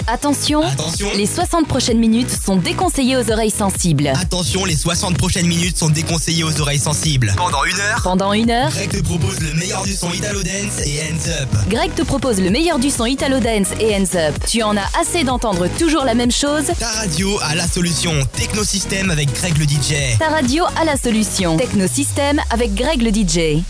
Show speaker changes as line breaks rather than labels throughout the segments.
Attention, les 60 prochaines minutes sont déconseillées aux oreilles sensibles.
Attention, les 60 prochaines minutes sont déconseillées aux oreilles sensibles.
Pendant une heure,
Greg te propose le meilleur du son Italo Dance et Hands Up.
Greg te propose le meilleur du son Italo Dance et Hands Up. Tu en as assez d'entendre toujours la même chose?
Ta radio a la solution. Technosystème avec Greg le DJ.
Ta radio a la solution. Technosystème avec Greg le DJ.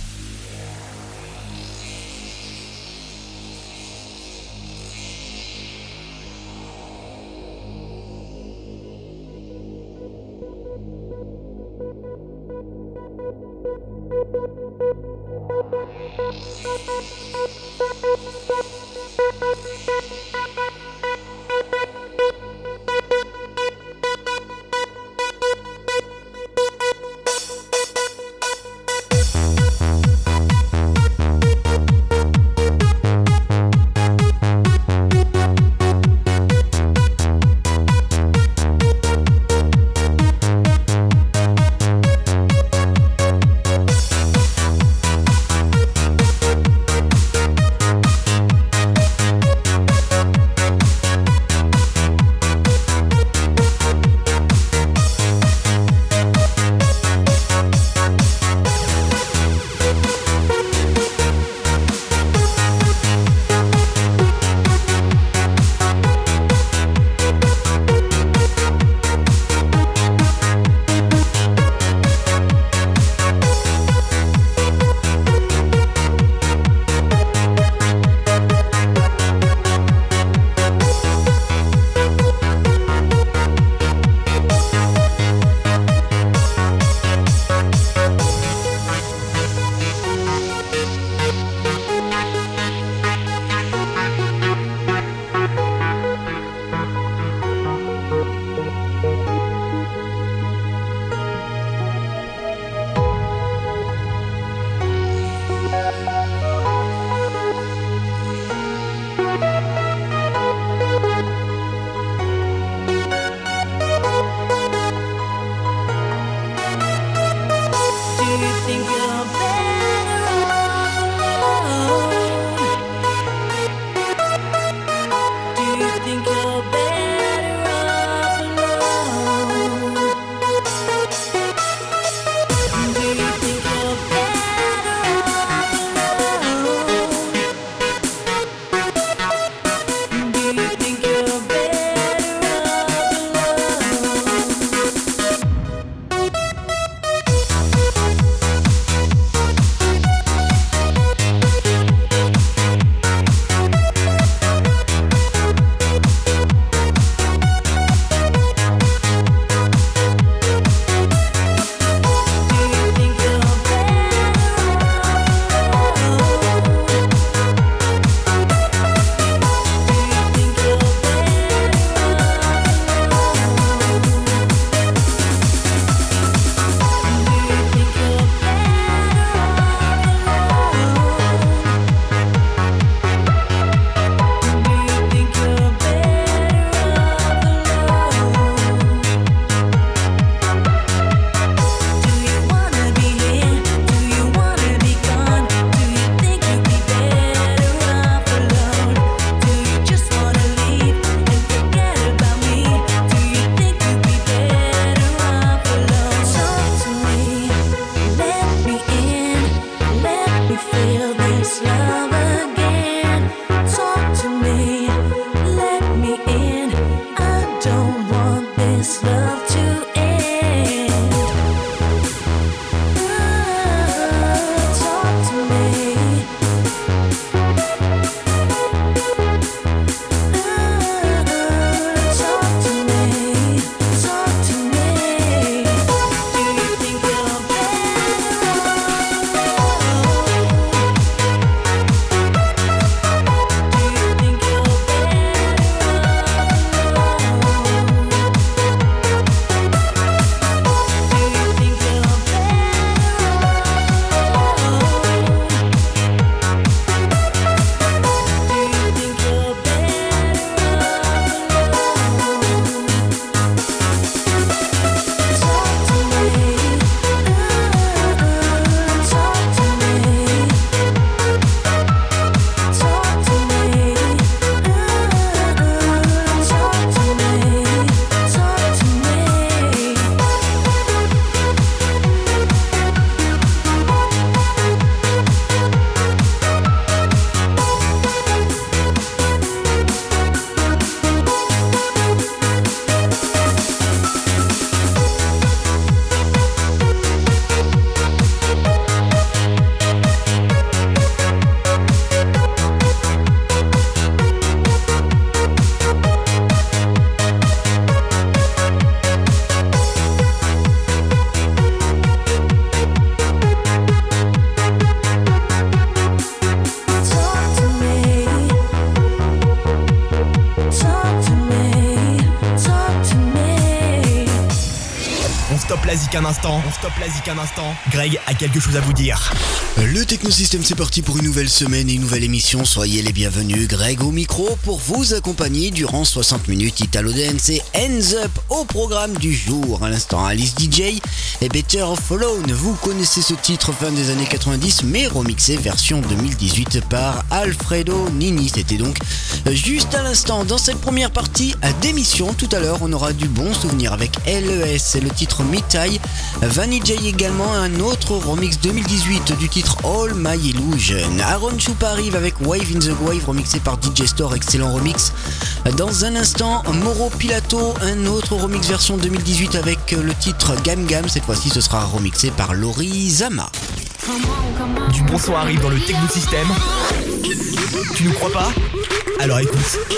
stoppe la zik un instant. Greg a quelque chose à vous dire.
Le Technosystème, c'est parti pour une nouvelle semaine et une nouvelle émission. Soyez les bienvenus. Greg au micro pour vous accompagner durant 60 minutes Italo Dance et Hands Up au programme du jour. À l'instant, Alice DJ et Better Off Alone. Vous connaissez ce titre fin des années 90 mais remixé version 2018 par Alfredo Nini. C'était donc juste à l'instant. Dans cette première partie d'émission, tout à l'heure, on aura du bon souvenir avec LES et le titre Mitai. Vanny J également, un autre remix 2018 du titre All My Illusion. Aaron Chupa arrive avec Wave in the Wave remixé par DJ Store, excellent remix. Dans un instant, Moro Pilato, un autre remix version 2018 avec le titre Gam Gam. Cette fois-ci, ce sera remixé par Lori Zama.
Du bon son arrive dans le Technosystème. Tu nous crois pas? Alors écoute.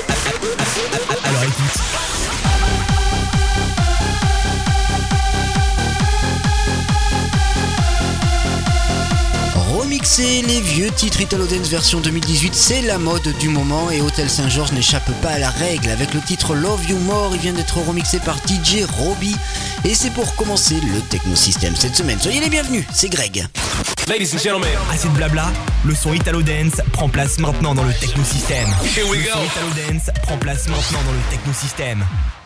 Remixer les vieux titres Italo Dance version 2018, c'est la mode du moment et Hôtel Saint-Georges n'échappe pas à la règle. Avec le titre Love You More, il vient d'être remixé par DJ Robbie et c'est pour commencer le Technosystème cette semaine. Soyez les bienvenus, c'est Greg.
Ladies and gentlemen,
Assez de blabla, le son Italo Dance prend place maintenant dans le Technosystème.
here we
Le
go.
son Italo Dance prend place maintenant dans le Technosystème.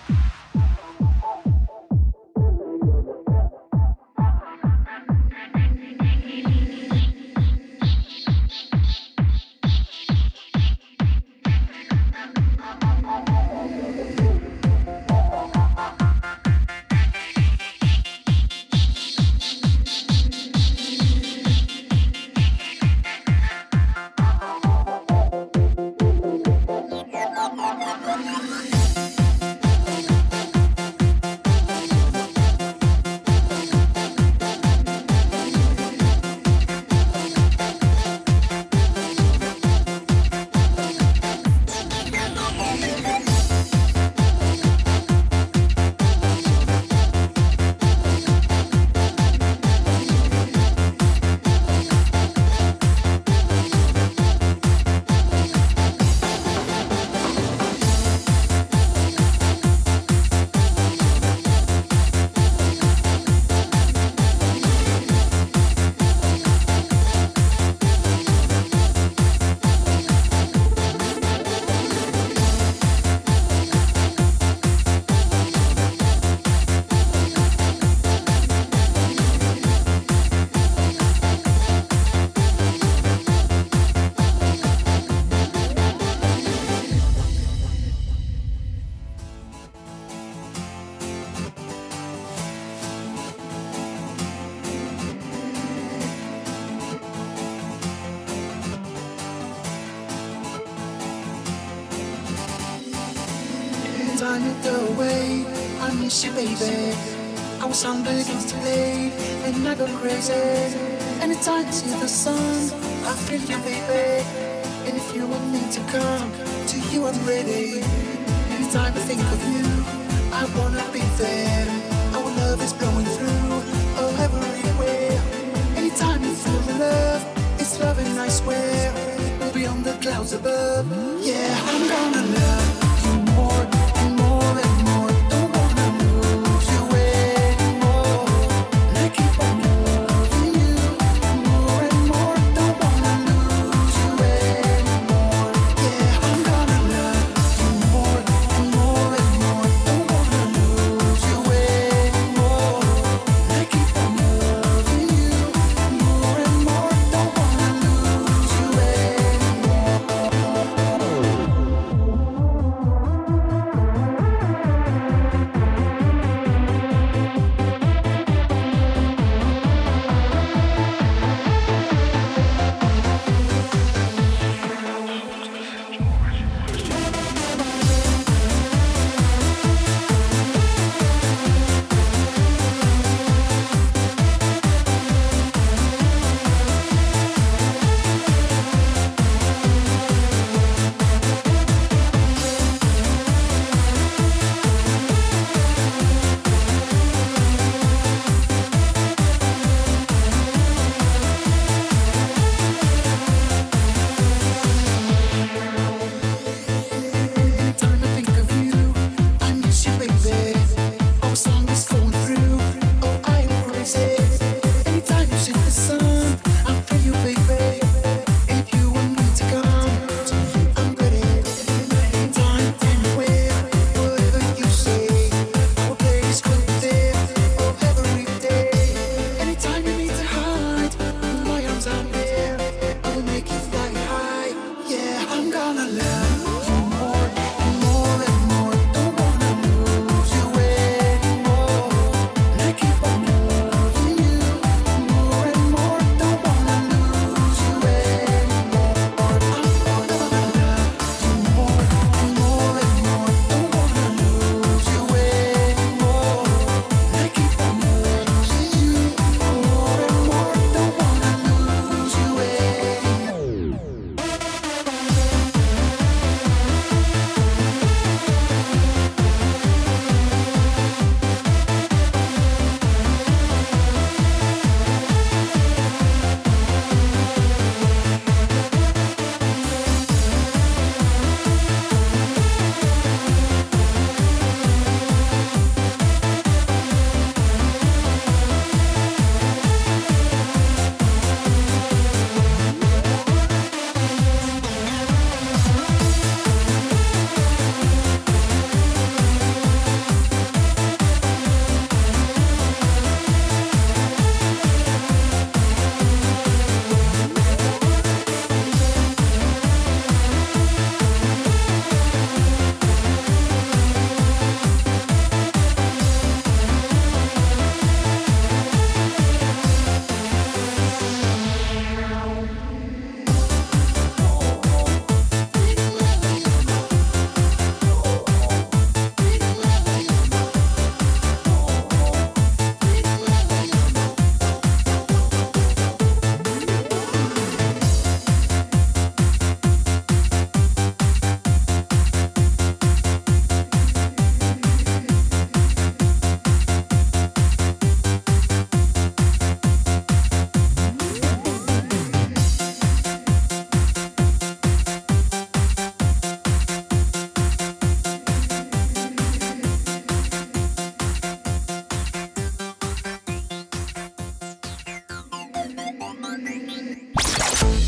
Time to go away, I miss you, baby. Our sound begins to play, and I go crazy. Anytime I see the sun, I feel you, baby. And if you want me to come to you, I'm ready. Anytime I think of you, I wanna be there. Our love is blowing through, oh, everywhere. Anytime you feel the love, it's love and I swear. We'll be on the clouds above. Yeah, I'm gonna love you more and more and more. Don't wanna lose you anymore. And I keep on loving you more and more. Don't wanna lose you anymore. Yeah, I'm gonna love you more and more and more. Don't wanna lose you anymore. And I keep on loving you more and more. Don't wanna lose you anymore.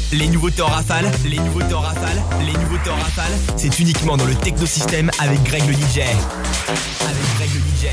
Les nouveautés en rafale, les nouveautés en rafale, les nouveautés en rafale, c'est uniquement dans le Technosystème avec Greg le DJ. Avec Greg le DJ.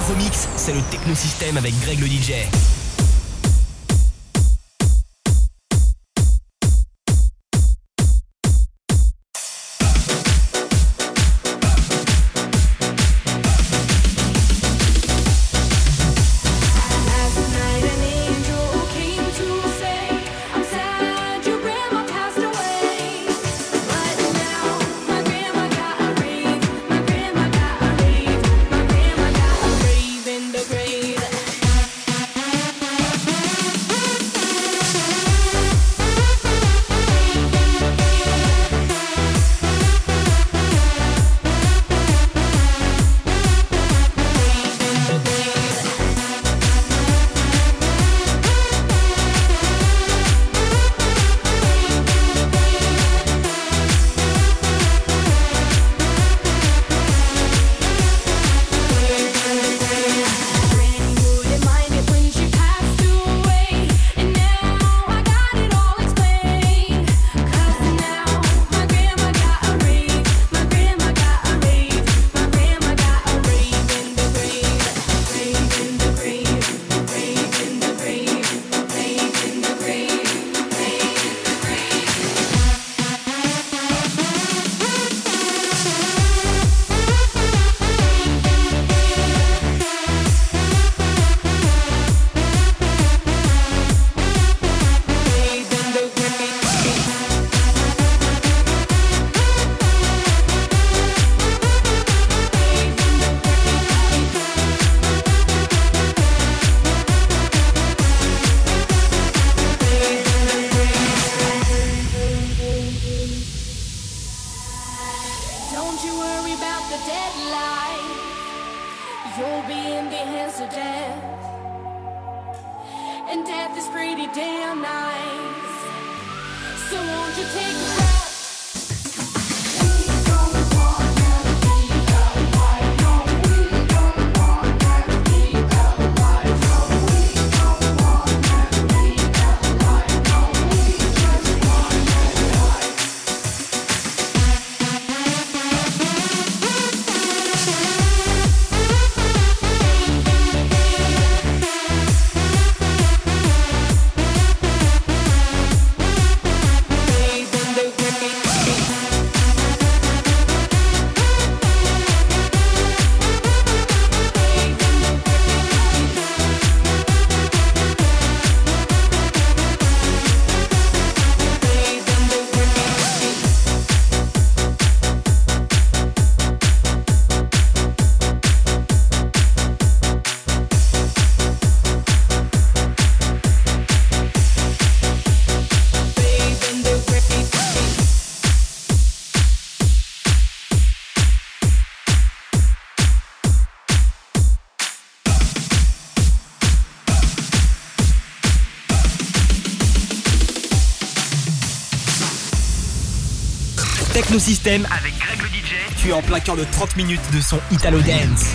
remix, c'est le Technosystème avec Greg le DJ. Technosystème avec Greg le DJ. Tu es en plein cœur de 30 minutes de son Italo Dance.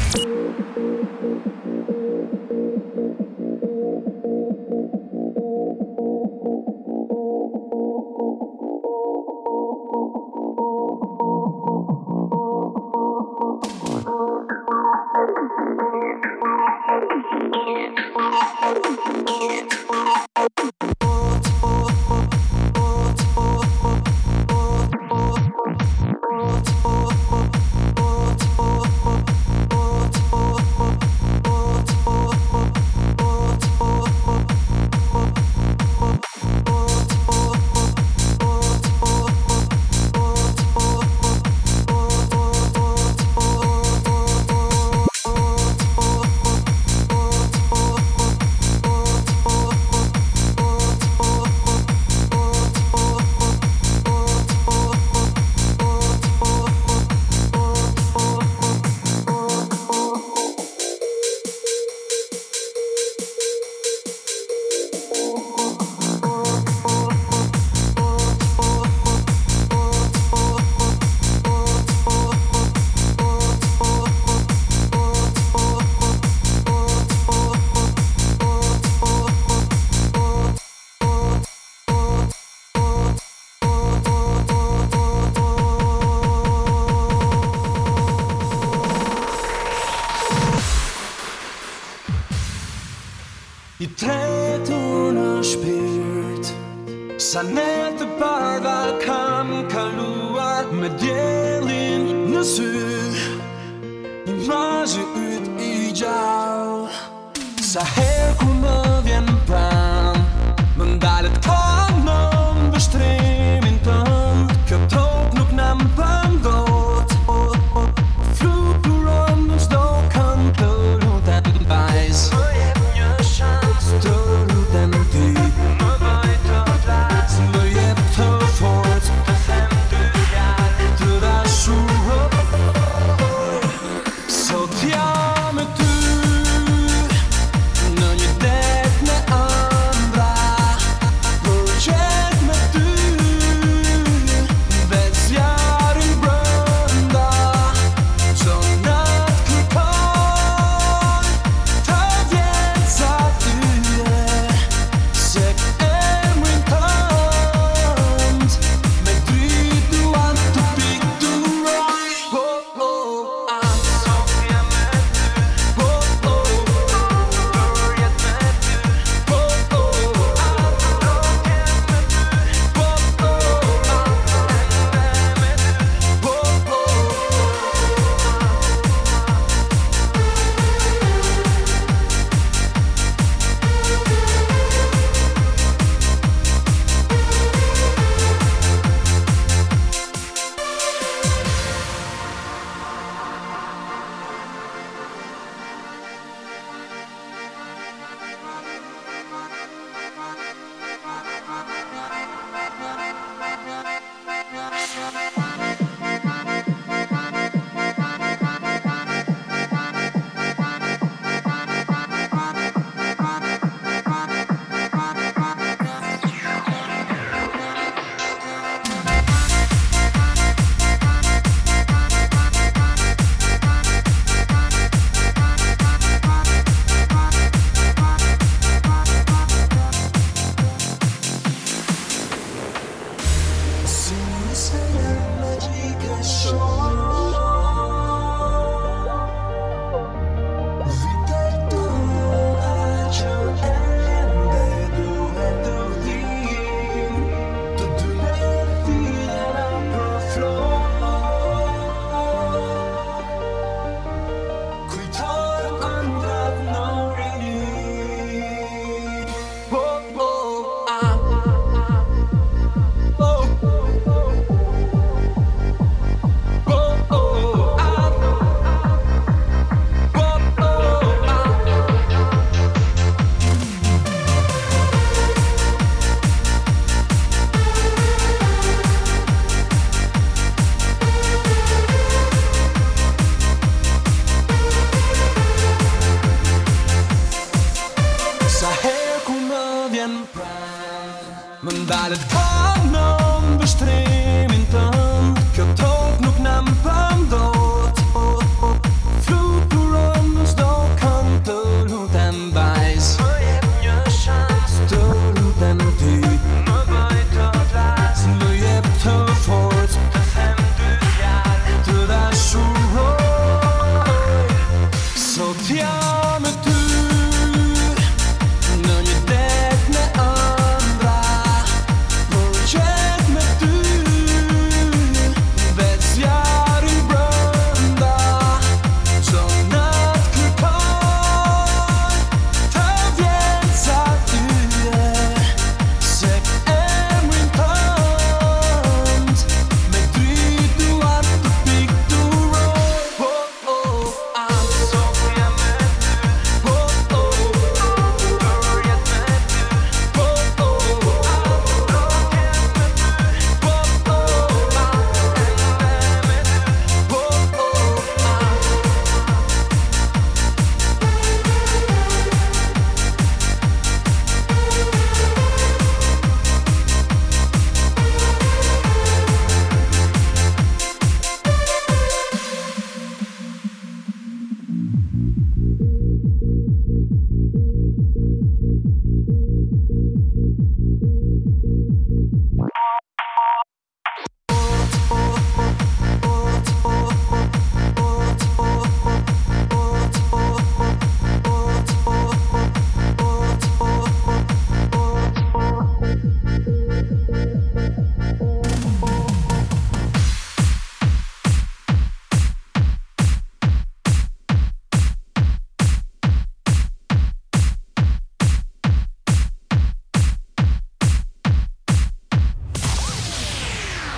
I tretur në shpirt sa ne të bardha kam kaluar me diellin në sy. Imazhi yt I gjallë sa herë kur më vjen pram më ndalet kohë në mbështrimin tënd. Kjo tokë nuk na mban dot. Fluturon në çdo kënd të lutem vajz. Të lutem ti më bëj të flas. Më jep të fortë të them dy fjalë të dashur. Sot jam me ty në një det në ëndra. Përqet me ty veç zjarin brënda. Çdo natë kërkoj të vjen sa tyje. Se emrin tënd me dritë duan të pikturoj. Oh, oh, ah. Sot jam me ty. Oh, oh, përjet me ty. Oh, oh, ah. Do t'jem me ty. Oh, oh, ah. Ende me ty. Oh, oh, si një sejër magjike shoh vitet tona që ende duhet të vijnë. Të dy ne thjera përflor. Kujtojmë ëndrat në rini. Oh, oh, ah. Sa herë kur më vjen pram më ndalet kohë në mbështrimin tënd. Kjo tokë nuk na mban dot. Fluturon në çdo kënd të lutem vajz. Më jep një shans të lutem ti më bëj të flas. Më jep të fortë të them dy fjalë të dashuroj. Sot jam me ty në një det në ëndra. Përqet me ty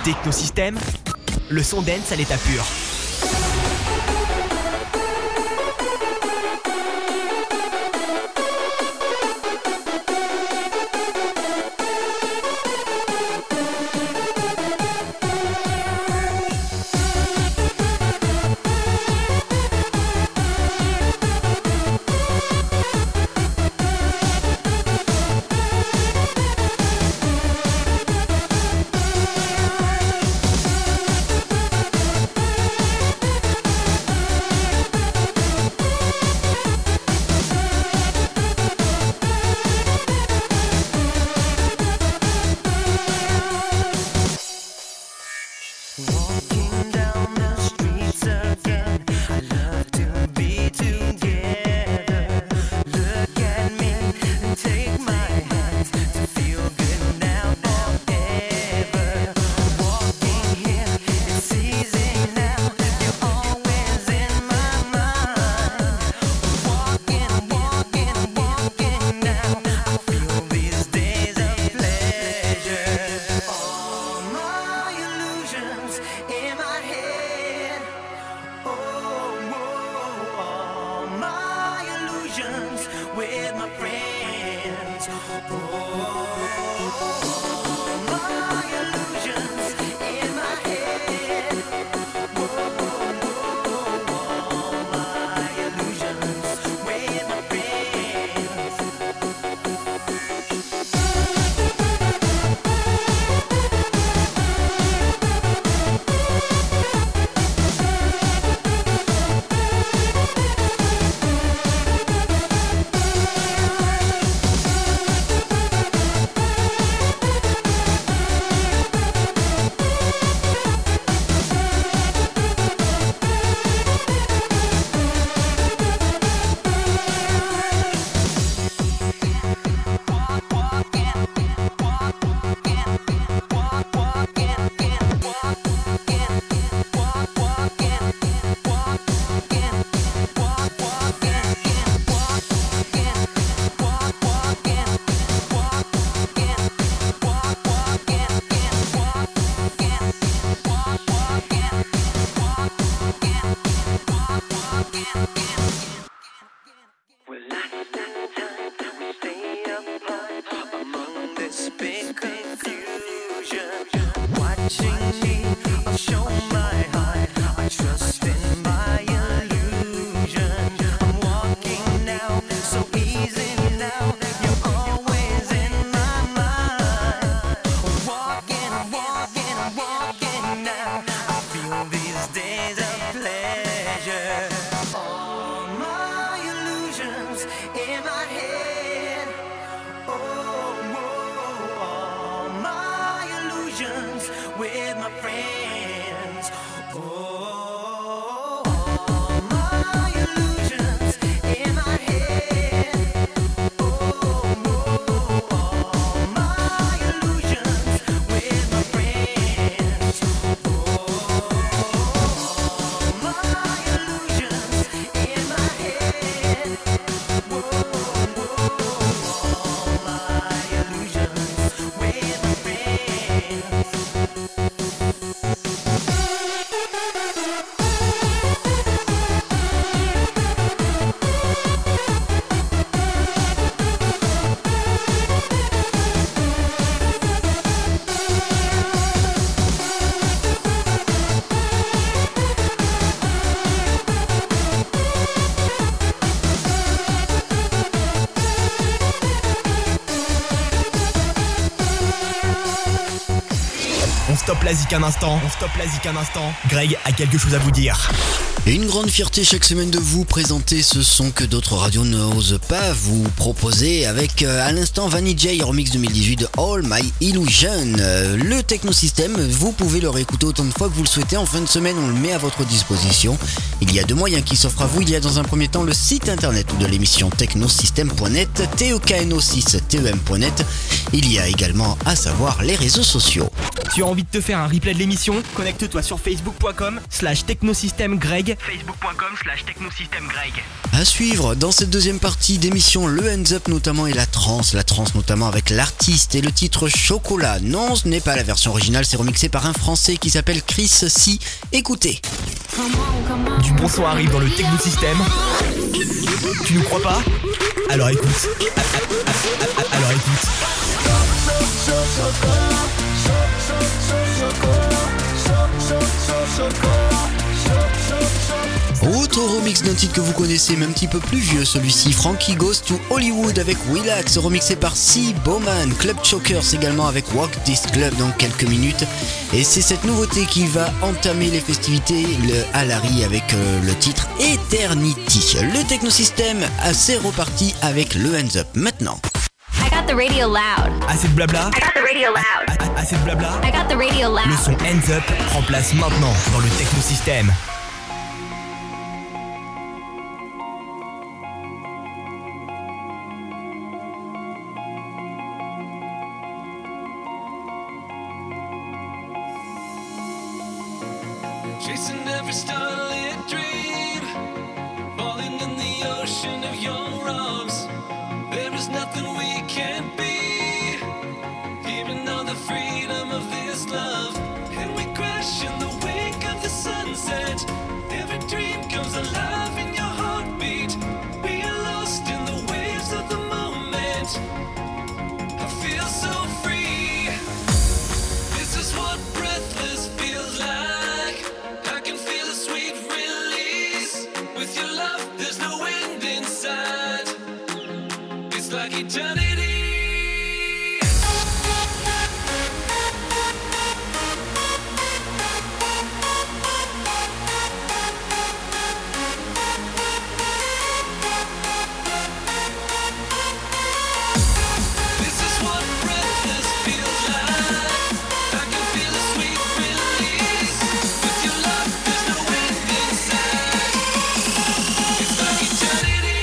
Technosystème, le son dance à l'état pur. On stoppe la zik un instant. Greg a quelque chose à vous dire.
Et une grande fierté chaque semaine de vous présenter ce son que d'autres radios n'osent pas vous proposer avec à l'instant Vanny J remix 2018 de All My Illusion. Le Technosystème, vous pouvez le réécouter autant de fois que vous le souhaitez. En fin de semaine, on le met à votre disposition. Il y a deux moyens qui s'offrent à vous. Il y a dans un premier temps le site internet de l'émission technosystem.net, TOKNO6TEM.net. Il y a également à savoir les réseaux sociaux.
Tu as envie de te faire un replay de l'émission? Connecte-toi sur facebook.com/technosystemgreg. facebook.com/technosystemgreg.
À suivre dans cette deuxième partie d'émission, le Hands Up notamment et la trance notamment avec l'artiste et le titre Chocolat. Non, ce n'est pas la version originale, c'est remixé par un Français qui s'appelle Chris C. Écoutez.
Du bon son arrive dans le Technosystème. Tu nous crois pas? Alors écoute. Alors écoute.
Autre remix d'un titre que vous connaissez, mais un petit peu plus vieux celui-ci, Frankie Goes to Hollywood avec Willax, remixé par C. Bowman, Club Chokers également avec Walk This Club dans quelques minutes. Et c'est cette nouveauté qui va entamer les festivités, le Alary avec le titre Eternity. Le Technosystème c'est reparti avec le Hands Up maintenant.
I got the radio loud.
Assez de blabla.
I got the radio loud.
Assez de blabla.
I got the radio loud.
Le son Hands Up prend place maintenant dans le Technosystème.
Chasing every starlit dream, falling in the ocean of your arms. There is nothing we can't be, even on the freedom of this love. And we crash in the wake of the sunset. Every dream comes alive in your heartbeat. We are lost in the waves of the moment. I feel so free. This is what breathless feels like. I can feel a sweet release. With your love, there's no end inside. It's like eternity. This is what breathless feels like. I can feel a sweet release. With your love, there's no end inside. It's like eternity.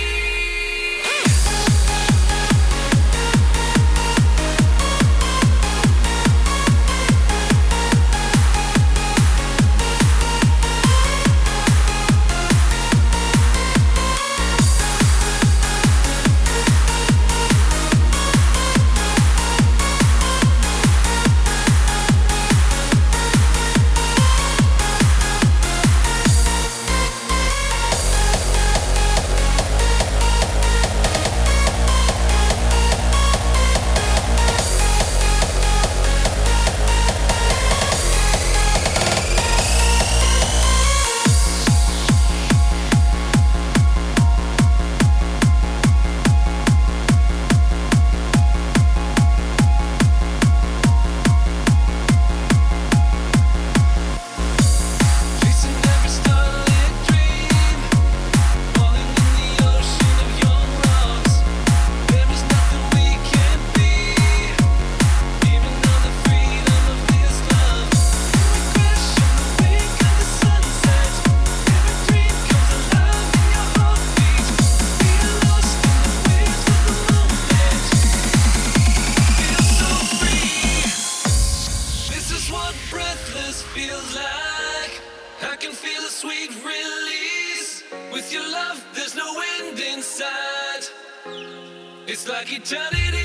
Chasing every starlit dream, falling in the ocean of your arms. There is nothing we can't be, even on the freedom of this love. We crash in the wake of the sunset. Every dream comes alive in your heartbeat. We are lost in the waves of the moment. Feel so free. This is what breathless feels like. I can feel a sweet release. With your love, there's no end inside. It's like eternity.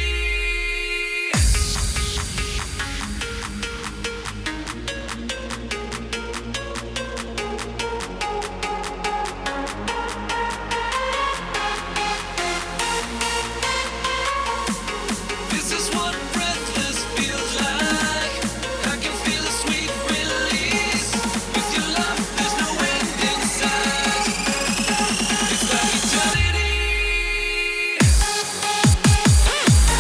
This is what breathless feels like. I can feel a sweet release. With your love, there's no end inside. It's like eternity.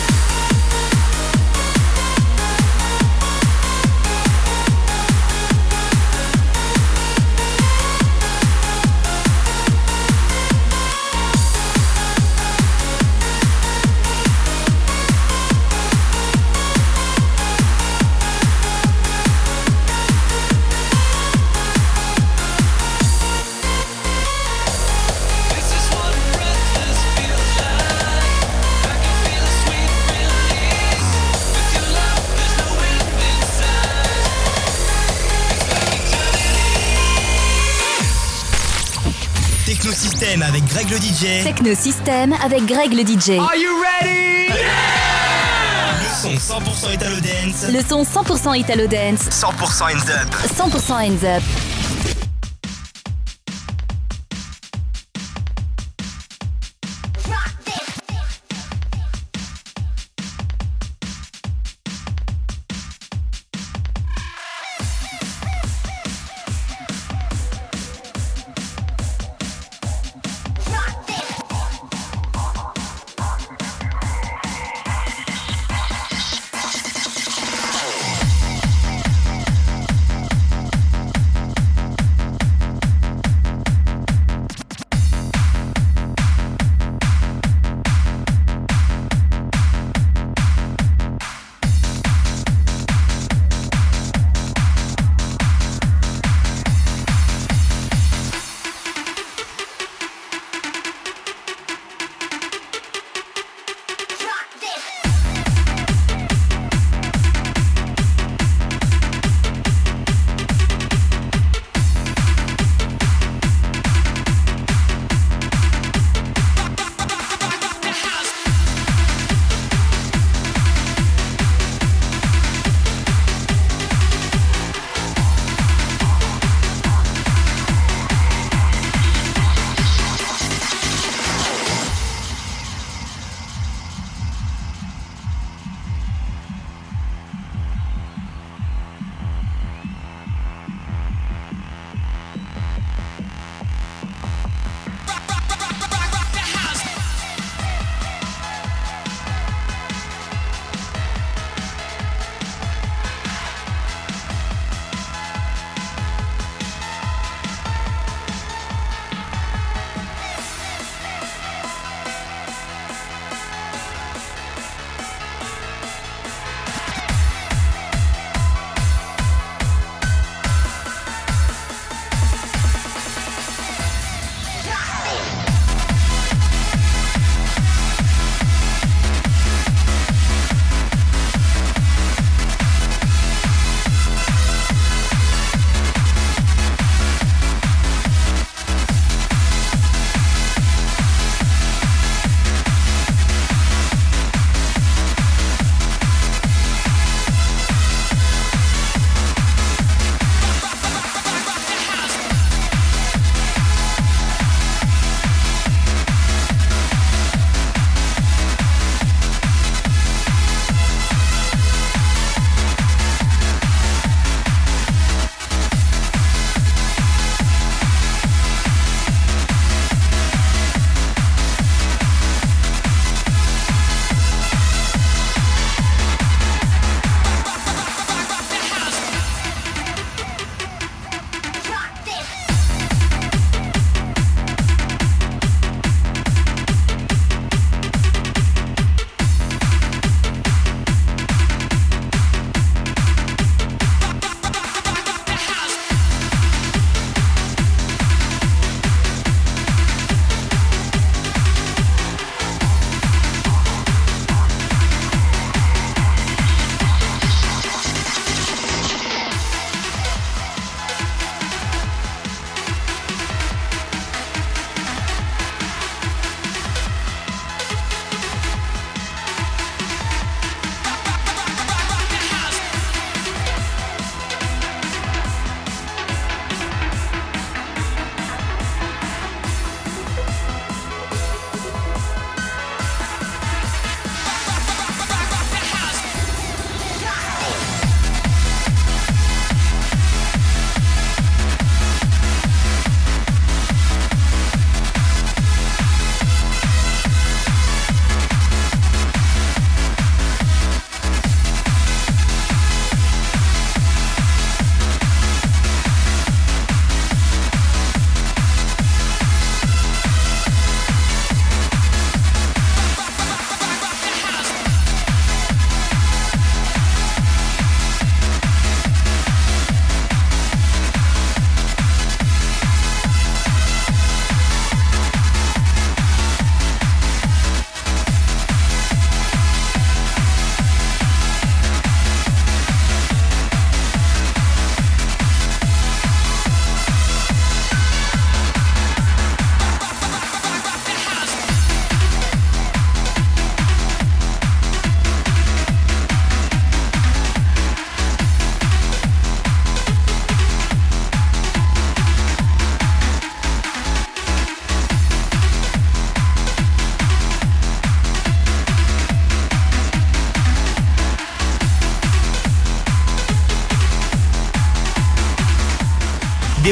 System avec Greg le DJ.
Techno System avec Greg le DJ.
Are you ready? Le son 100% Italo Dance.
Le son 100% Italo Dance.
100% Hands Up.
100% Hands Up.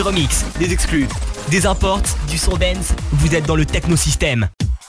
remixes, des exclus, des imports, du son dance. Vous êtes dans le technosystème.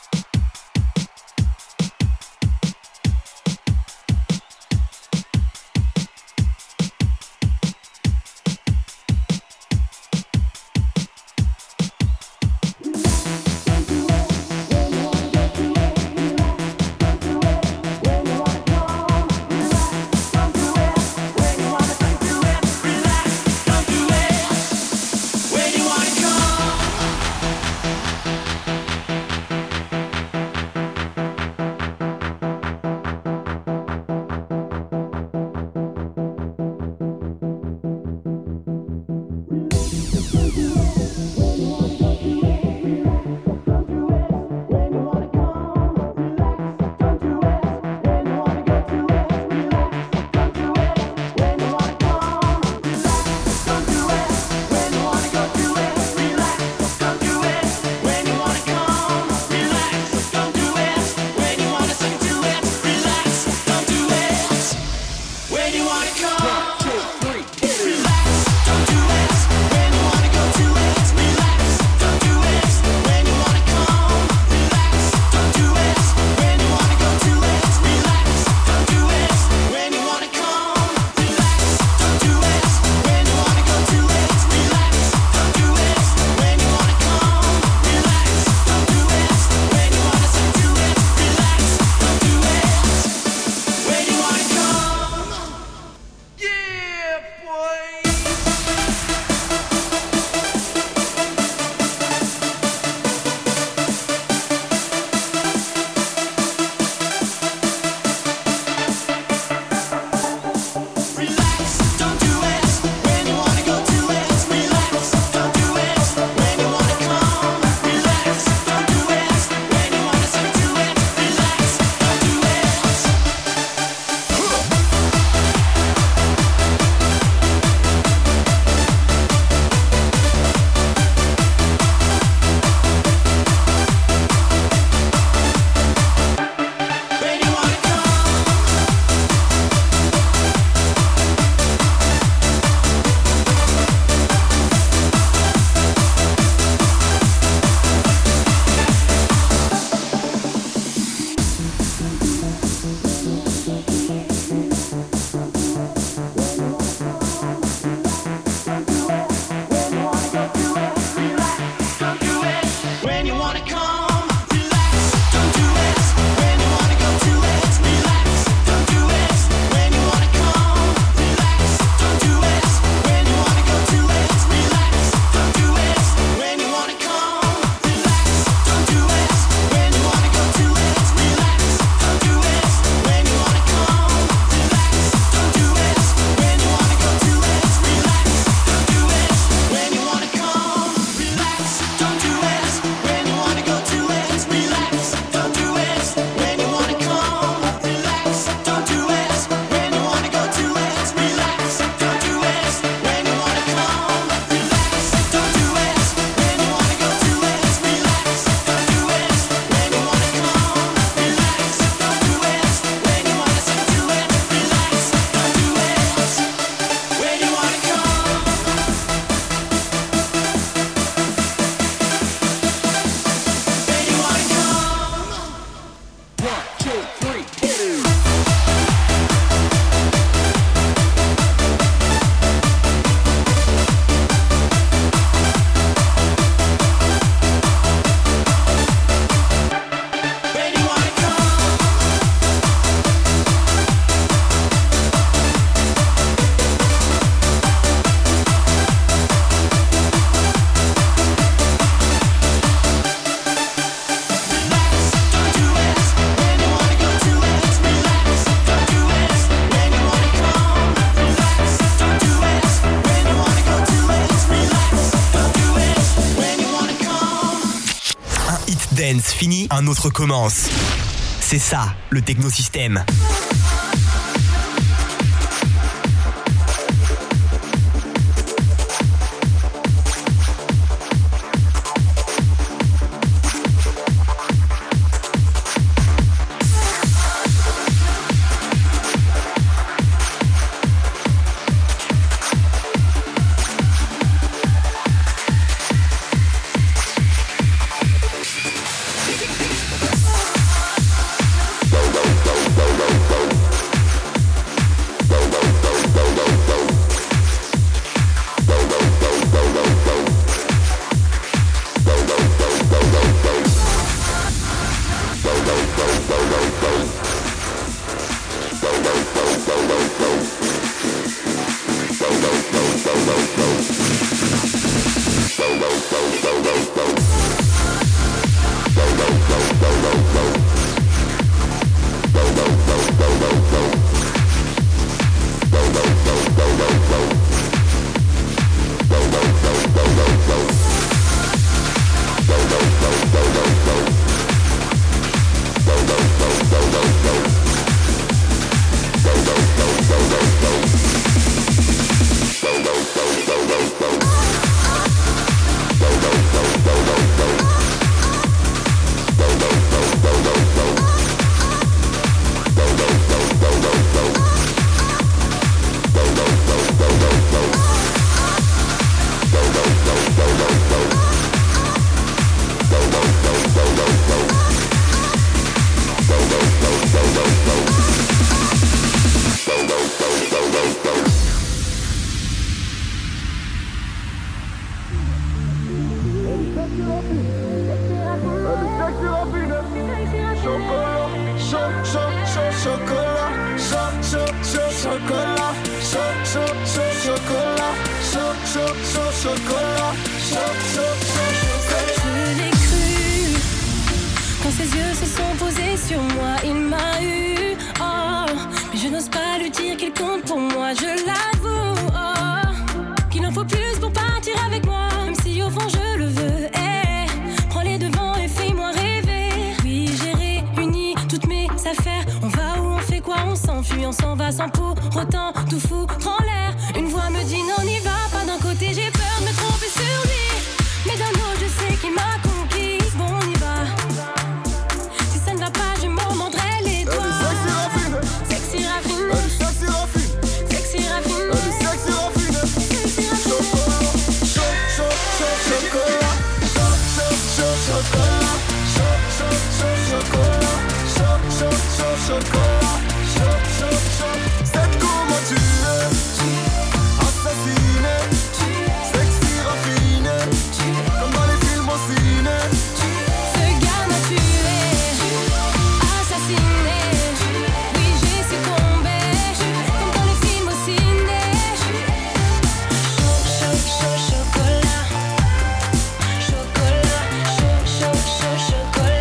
dance fini, un autre commence. C'est ça, le technosystème.
chocolat, chocolat, chocolat, chocolat,
Je l'ai cru quand ses yeux se sont posés sur moi, il m'a eu. Oh, mais je n'ose pas lui dire qu'il compte pour moi, je l'avoue. Oh, qu'il en faut plus pour partir avec moi, même si au fond je le veux. Hey, prends les devants et fais-moi rêver. Oui, j'ai réuni toutes mes affaires. On va où, on fait quoi, on s'enfuit, on s'en va sans pour autant tout foutre en l'air. Une voix me dit non, n'y va pas. D'un côté j'ai peur de me tromper sur lui, mais d'un autre je sais qu'il m'a conquise. Bon, on y va. Si ça ne va pas, je m'en mordrai les doigts. Sexy raffine, sexy raffine, sexy raffine, sexy raffine, sexy raffine.
C'est comment tu es, assassiné, sexy raffiné, comme dans les films au ciné.
Ce gars m'a tué, assassiné. Oui, j'ai succombé, comme dans les films au ciné. Chocolat, chocolat, chocolat.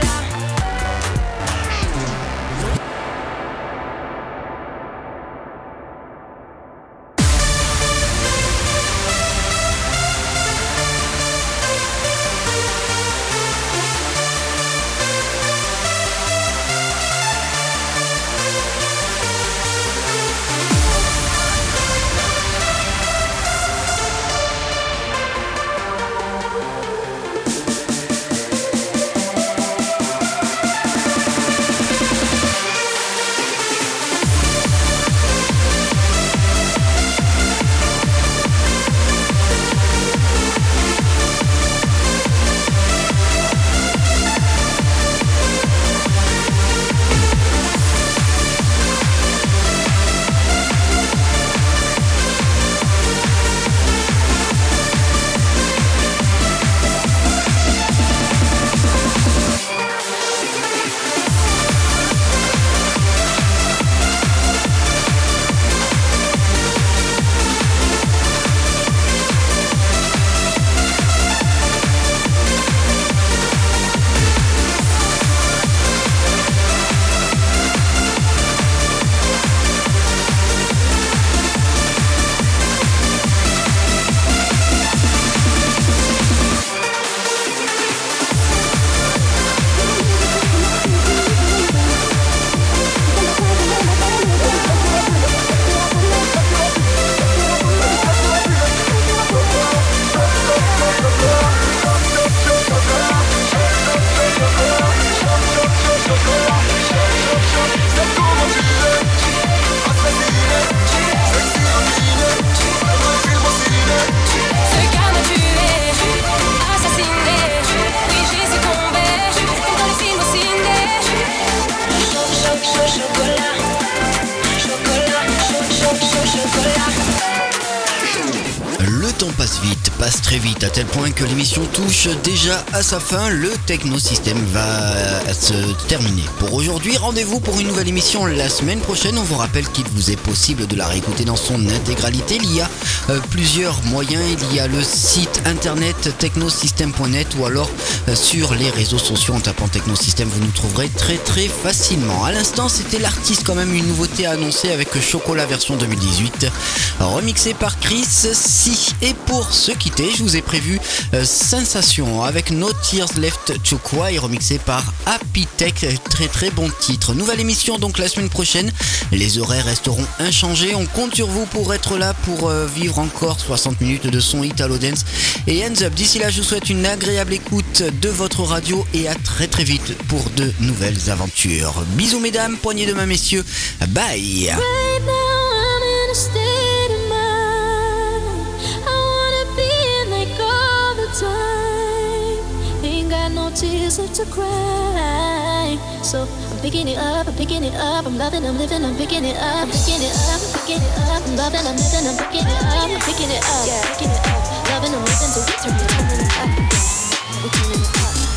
Passe très vite à tel point que l'émission touche déjà à sa fin. Le Techno System va se terminer pour aujourd'hui. Rendez-vous pour une nouvelle émission la semaine prochaine. On vous rappelle qu'il vous est possible de la réécouter dans son intégralité. Il y a plusieurs moyens. Il y a le site internet technosystem.net ou alors sur les réseaux sociaux en tapant Techno System, vous nous trouverez très très facilement. À l'instant, c'était l'artiste, quand même une nouveauté à annoncer avec Chocolat version 2018 remixé par Chris Si. Et pour se quitter, je vous ai prévu Sensation avec No Tears Left to Cry remixé par Happy Tech. Très très bon titre. Nouvelle émission donc la semaine prochaine. Les horaires resteront inchangés. On compte sur vous pour être là pour vivre encore 60 minutes de son Italo Dance et Hands Up. D'ici là, je vous souhaite une agréable écoute de votre radio et à très très vite pour de nouvelles aventures. Bisous mesdames, poignées de main messieurs. Bye.
Right now I'm in a state of mind. I wanna be in like all the time. Ain't got no tears left to cry. So I'm picking it up, I'm picking it up. I'm loving, I'm living, I'm picking it up, picking it up, picking it up. I'm loving, I'm living, I'm picking it up, picking it up, picking it up. Loving, I'm living, so we're turning it up. We're turning it up.